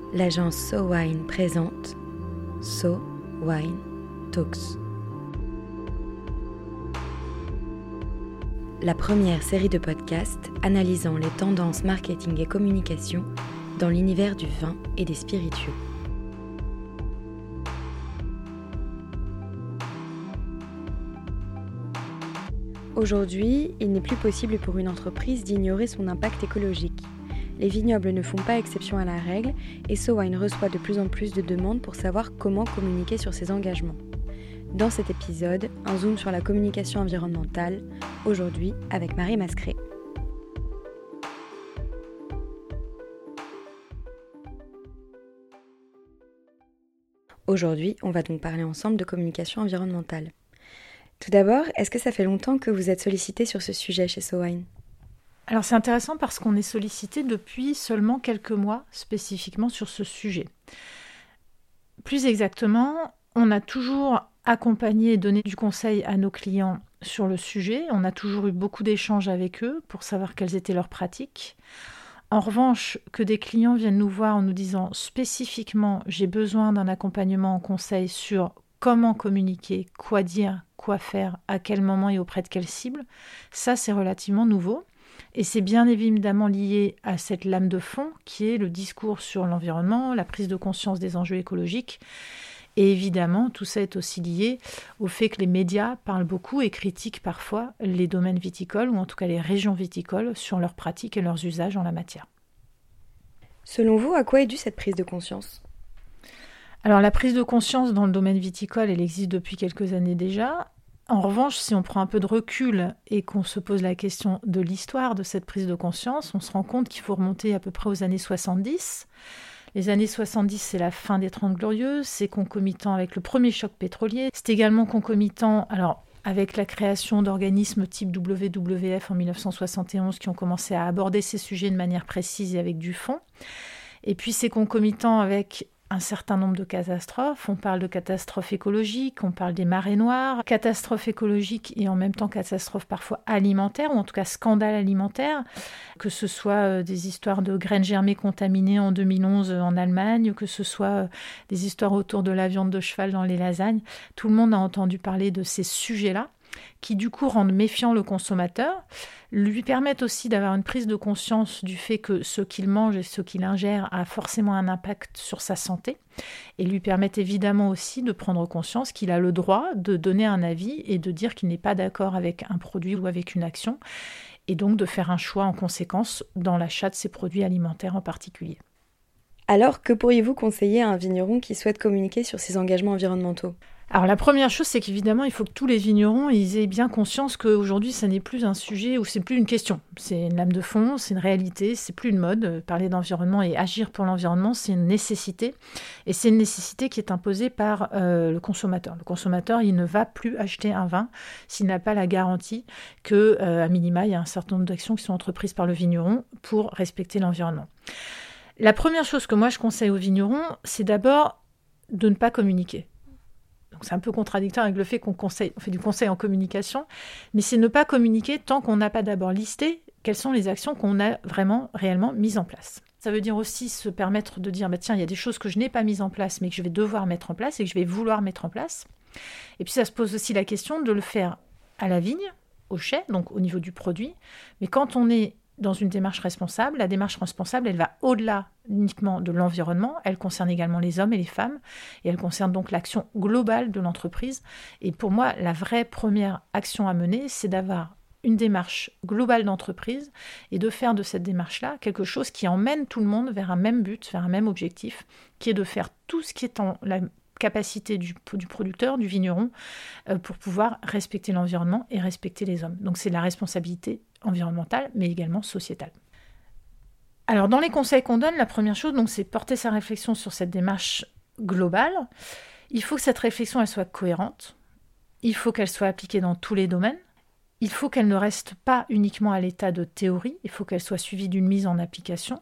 l'agence So Wine présente So Wine Talks. La première série de podcasts analysant les tendances marketing et communication dans l'univers du vin et des spiritueux. Aujourd'hui, il n'est plus possible pour une entreprise d'ignorer son impact écologique. Les vignobles ne font pas exception à la règle et So Wine reçoit de plus en plus de demandes pour savoir comment communiquer sur ses engagements. Dans cet épisode, un zoom sur la communication environnementale, aujourd'hui avec Marie Mascret. Aujourd'hui, on va donc parler ensemble de communication environnementale. Tout d'abord, est-ce que ça fait longtemps que vous êtes sollicité sur ce sujet chez So Wine ? Alors c'est intéressant parce qu'on est sollicité depuis seulement quelques mois spécifiquement sur ce sujet. Plus exactement, on a toujours accompagné et donné du conseil à nos clients sur le sujet. On a toujours eu beaucoup d'échanges avec eux pour savoir quelles étaient leurs pratiques. En revanche, que des clients viennent nous voir en nous disant spécifiquement « j'ai besoin d'un accompagnement en conseil sur comment communiquer, quoi dire, quoi faire, à quel moment et auprès de quelle cible », ça c'est relativement nouveau. Et c'est bien évidemment lié à cette lame de fond qui est le discours sur l'environnement, la prise de conscience des enjeux écologiques. Et évidemment, tout ça est aussi lié au fait que les médias parlent beaucoup et critiquent parfois les domaines viticoles, ou en tout cas les régions viticoles, sur leurs pratiques et leurs usages en la matière. Selon vous, à quoi est due cette prise de conscience ? Alors la prise de conscience dans le domaine viticole, elle existe depuis quelques années déjà. En revanche, si on prend un peu de recul et qu'on se pose la question de l'histoire de cette prise de conscience, on se rend compte qu'il faut remonter à peu près aux années 70. Les années 70, c'est la fin des 30 Glorieuses, c'est concomitant avec le premier choc pétrolier. C'est également concomitant avec la création d'organismes type WWF en 1971 qui ont commencé à aborder ces sujets de manière précise et avec du fond. Et puis c'est concomitant avec un certain nombre de catastrophes. On parle de catastrophes écologiques, on parle des marées noires, catastrophes écologiques et en même temps catastrophes parfois alimentaires, ou en tout cas scandales alimentaires, que ce soit des histoires de graines germées contaminées en 2011 en Allemagne, que ce soit des histoires autour de la viande de cheval dans les lasagnes. Tout le monde a entendu parler de ces sujets-là, qui du coup rendent méfiant le consommateur, lui permettent aussi d'avoir une prise de conscience du fait que ce qu'il mange et ce qu'il ingère a forcément un impact sur sa santé, et lui permettent évidemment aussi de prendre conscience qu'il a le droit de donner un avis et de dire qu'il n'est pas d'accord avec un produit ou avec une action, et donc de faire un choix en conséquence dans l'achat de ces produits alimentaires en particulier. Alors, que pourriez-vous conseiller à un vigneron qui souhaite communiquer sur ses engagements environnementaux ? Alors la première chose, c'est qu'évidemment, il faut que tous les vignerons ils aient bien conscience qu'aujourd'hui, ça n'est plus un sujet ou c'est plus une question. C'est une lame de fond, c'est une réalité, c'est plus une mode. Parler d'environnement et agir pour l'environnement, c'est une nécessité. Et c'est une nécessité qui est imposée par le consommateur. Le consommateur, il ne va plus acheter un vin s'il n'a pas la garantie que, à minima, il y a un certain nombre d'actions qui sont entreprises par le vigneron pour respecter l'environnement. La première chose que moi je conseille aux vignerons, c'est d'abord de ne pas communiquer. Donc c'est un peu contradictoire avec le fait qu'on fait du conseil en communication, mais c'est ne pas communiquer tant qu'on n'a pas d'abord listé quelles sont les actions qu'on a vraiment, réellement mises en place. Ça veut dire aussi se permettre de dire, tiens, il y a des choses que je n'ai pas mises en place, mais que je vais devoir mettre en place et que je vais vouloir mettre en place. Et puis ça se pose aussi la question de le faire à la vigne, au chai, donc au niveau du produit, mais quand on est dans une démarche responsable, la démarche responsable, elle va au-delà uniquement de l'environnement, elle concerne également les hommes et les femmes, et elle concerne donc l'action globale de l'entreprise. Et pour moi, la vraie première action à mener, c'est d'avoir une démarche globale d'entreprise et de faire de cette démarche-là quelque chose qui emmène tout le monde vers un même but, vers un même objectif, qui est de faire tout ce qui est en la capacité du producteur, du vigneron, pour pouvoir respecter l'environnement et respecter les hommes. Donc c'est la responsabilité environnementale, mais également sociétale. Alors dans les conseils qu'on donne, la première chose, donc, c'est porter sa réflexion sur cette démarche globale. Il faut que cette réflexion elle soit cohérente, il faut qu'elle soit appliquée dans tous les domaines, il faut qu'elle ne reste pas uniquement à l'état de théorie, il faut qu'elle soit suivie d'une mise en application.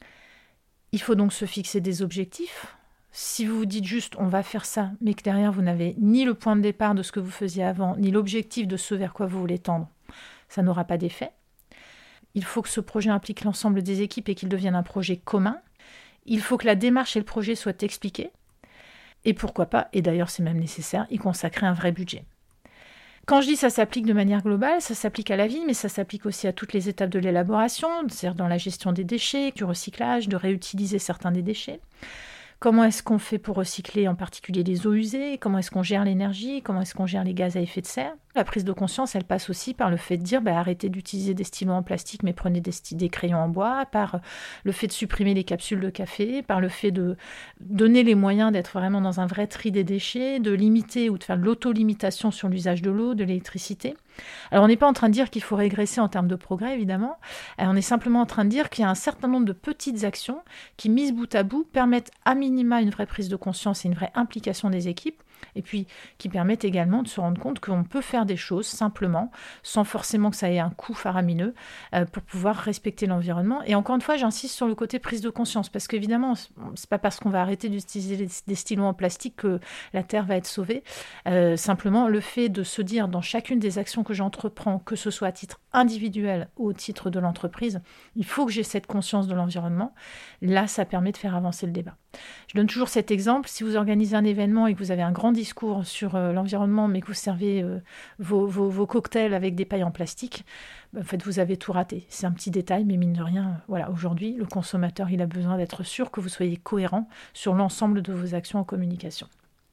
Il faut donc se fixer des objectifs. Si vous vous dites juste on va faire ça, mais que derrière vous n'avez ni le point de départ de ce que vous faisiez avant, ni l'objectif de ce vers quoi vous voulez tendre, ça n'aura pas d'effet. Il faut que ce projet implique l'ensemble des équipes et qu'il devienne un projet commun. Il faut que la démarche et le projet soient expliqués. Et pourquoi pas, et d'ailleurs c'est même nécessaire, y consacrer un vrai budget. Quand je dis ça s'applique de manière globale, ça s'applique à la vie, mais ça s'applique aussi à toutes les étapes de l'élaboration, c'est-à-dire dans la gestion des déchets, du recyclage, de réutiliser certains des déchets. Comment est-ce qu'on fait pour recycler en particulier les eaux usées? Comment est-ce qu'on gère l'énergie? Comment est-ce qu'on gère les gaz à effet de serre? La prise de conscience, elle passe aussi par le fait de dire arrêtez d'utiliser des stylos en plastique mais prenez des crayons en bois, par le fait de supprimer les capsules de café, par le fait de donner les moyens d'être vraiment dans un vrai tri des déchets, de limiter ou de faire de l'auto-limitation sur l'usage de l'eau, de l'électricité. Alors on n'est pas en train de dire qu'il faut régresser en termes de progrès évidemment, on est simplement en train de dire qu'il y a un certain nombre de petites actions qui, mises bout à bout, permettent à minima une vraie prise de conscience et une vraie implication des équipes, et puis qui permettent également de se rendre compte qu'on peut faire des choses simplement, sans forcément que ça ait un coût faramineux, pour pouvoir respecter l'environnement. Et encore une fois, j'insiste sur le côté prise de conscience, parce qu'évidemment, c'est pas parce qu'on va arrêter d'utiliser des stylos en plastique que la Terre va être sauvée. Simplement, le fait de se dire dans chacune des actions que j'entreprends, que ce soit à titre individuel ou au titre de l'entreprise, il faut que j'ai cette conscience de l'environnement. Là, ça permet de faire avancer le débat. Je donne toujours cet exemple. Si vous organisez un événement et que vous avez un grand discours sur l'environnement, mais que vous servez vos cocktails avec des pailles en plastique, en fait, vous avez tout raté. C'est un petit détail, mais mine de rien, voilà, aujourd'hui, le consommateur, il a besoin d'être sûr que vous soyez cohérent sur l'ensemble de vos actions en communication.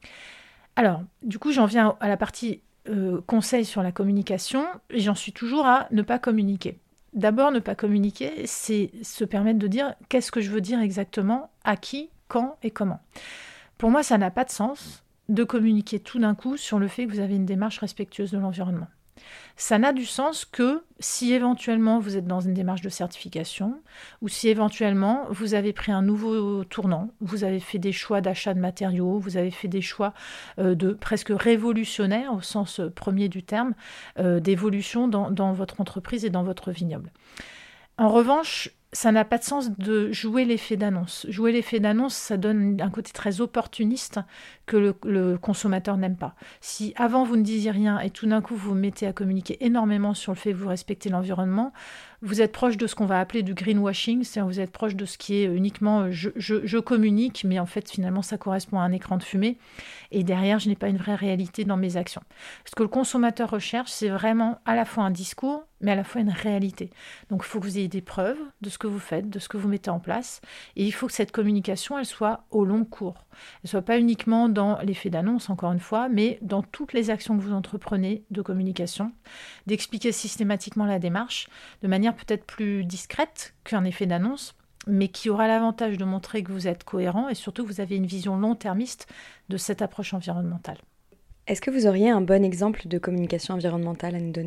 Alors, du coup, j'en viens à la partie conseil sur la communication, et j'en suis toujours à ne pas communiquer. D'abord, ne pas communiquer, c'est se permettre de dire qu'est-ce que je veux dire exactement, à qui, quand et comment. Pour moi, ça n'a pas de sens de communiquer tout d'un coup sur le fait que vous avez une démarche respectueuse de l'environnement. Ça n'a du sens que si éventuellement vous êtes dans une démarche de certification ou si éventuellement vous avez pris un nouveau tournant, vous avez fait des choix d'achat de matériaux, vous avez fait des choix de presque révolutionnaires au sens premier du terme, d'évolution dans votre entreprise et dans votre vignoble. En revanche, ça n'a pas de sens de jouer l'effet d'annonce. Jouer l'effet d'annonce, ça donne un côté très opportuniste que le consommateur n'aime pas. Si avant vous ne disiez rien et tout d'un coup vous vous mettez à communiquer énormément sur le fait que vous respectez l'environnement, vous êtes proche de ce qu'on va appeler du greenwashing, c'est-à-dire vous êtes proche de ce qui est uniquement je communique, mais en fait finalement ça correspond à un écran de fumée et derrière je n'ai pas une vraie réalité dans mes actions. Ce que le consommateur recherche, c'est vraiment à la fois un discours, mais à la fois une réalité. Donc il faut que vous ayez des preuves de ce que vous faites, de ce que vous mettez en place, et il faut que cette communication, elle soit au long cours. Elle ne soit pas uniquement dans l'effet d'annonce, encore une fois, mais dans toutes les actions que vous entreprenez de communication, d'expliquer systématiquement la démarche, de manière peut-être plus discrète qu'un effet d'annonce, mais qui aura l'avantage de montrer que vous êtes cohérent et surtout que vous avez une vision long-termiste de cette approche environnementale. Est-ce que vous auriez un bon exemple de communication environnementale à nous donner ?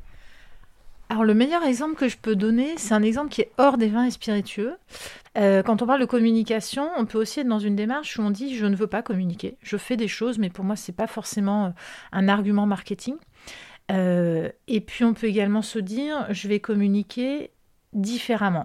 Alors le meilleur exemple que je peux donner, c'est un exemple qui est hors des vins et spiritueux. Quand on parle de communication, on peut aussi être dans une démarche où on dit « je ne veux pas communiquer, je fais des choses, mais pour moi, ce n'est pas forcément un argument marketing ». Et puis on peut également se dire « je vais communiquer différemment ».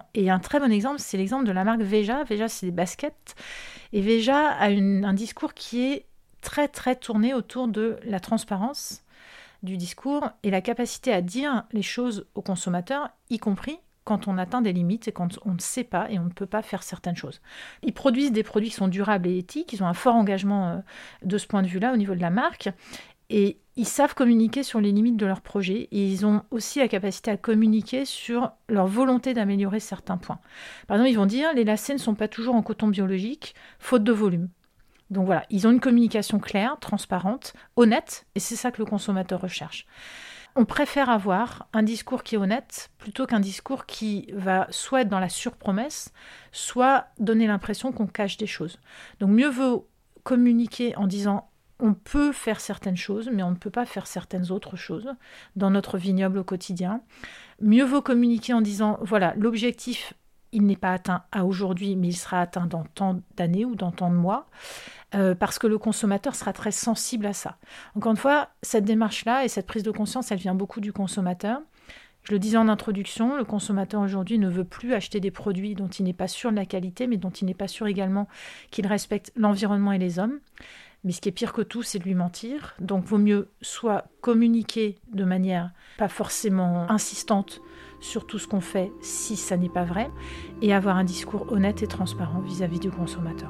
Et un très bon exemple, c'est l'exemple de la marque Veja. Veja, c'est des baskets. Et Veja a un discours qui est très, très tourné autour de la transparence du discours et la capacité à dire les choses aux consommateurs, y compris quand on atteint des limites et quand on ne sait pas et on ne peut pas faire certaines choses. Ils produisent des produits qui sont durables et éthiques, ils ont un fort engagement de ce point de vue-là au niveau de la marque, et ils savent communiquer sur les limites de leur projet, et ils ont aussi la capacité à communiquer sur leur volonté d'améliorer certains points. Par exemple, ils vont dire « les lacets ne sont pas toujours en coton biologique, faute de volume ». Donc voilà, ils ont une communication claire, transparente, honnête, et c'est ça que le consommateur recherche. On préfère avoir un discours qui est honnête plutôt qu'un discours qui va soit être dans la surpromesse, soit donner l'impression qu'on cache des choses. Donc mieux vaut communiquer en disant on peut faire certaines choses, mais on ne peut pas faire certaines autres choses dans notre vignoble au quotidien. Mieux vaut communiquer en disant voilà, l'objectif, il n'est pas atteint à aujourd'hui, mais il sera atteint dans tant d'années ou dans tant de mois, parce que le consommateur sera très sensible à ça. Encore une fois, cette démarche-là et cette prise de conscience, elle vient beaucoup du consommateur. Je le disais en introduction, le consommateur aujourd'hui ne veut plus acheter des produits dont il n'est pas sûr de la qualité, mais dont il n'est pas sûr également qu'ils respectent l'environnement et les hommes. Mais ce qui est pire que tout, c'est de lui mentir. Donc, vaut mieux soit communiquer de manière pas forcément insistante sur tout ce qu'on fait si ça n'est pas vrai, et avoir un discours honnête et transparent vis-à-vis du consommateur.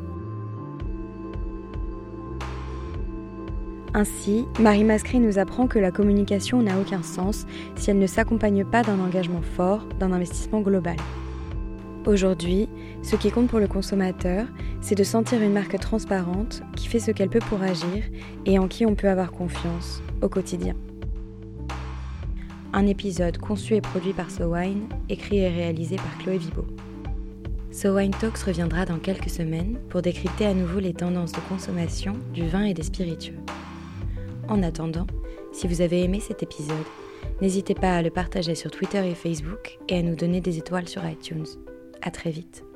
Ainsi, Marie Mascret nous apprend que la communication n'a aucun sens si elle ne s'accompagne pas d'un engagement fort, d'un investissement global. Aujourd'hui, ce qui compte pour le consommateur, c'est de sentir une marque transparente qui fait ce qu'elle peut pour agir et en qui on peut avoir confiance au quotidien. Un épisode conçu et produit par SoWine, écrit et réalisé par Chloé Vibo. SoWine Talks reviendra dans quelques semaines pour décrypter à nouveau les tendances de consommation du vin et des spiritueux. En attendant, si vous avez aimé cet épisode, n'hésitez pas à le partager sur Twitter et Facebook et à nous donner des étoiles sur iTunes. À très vite.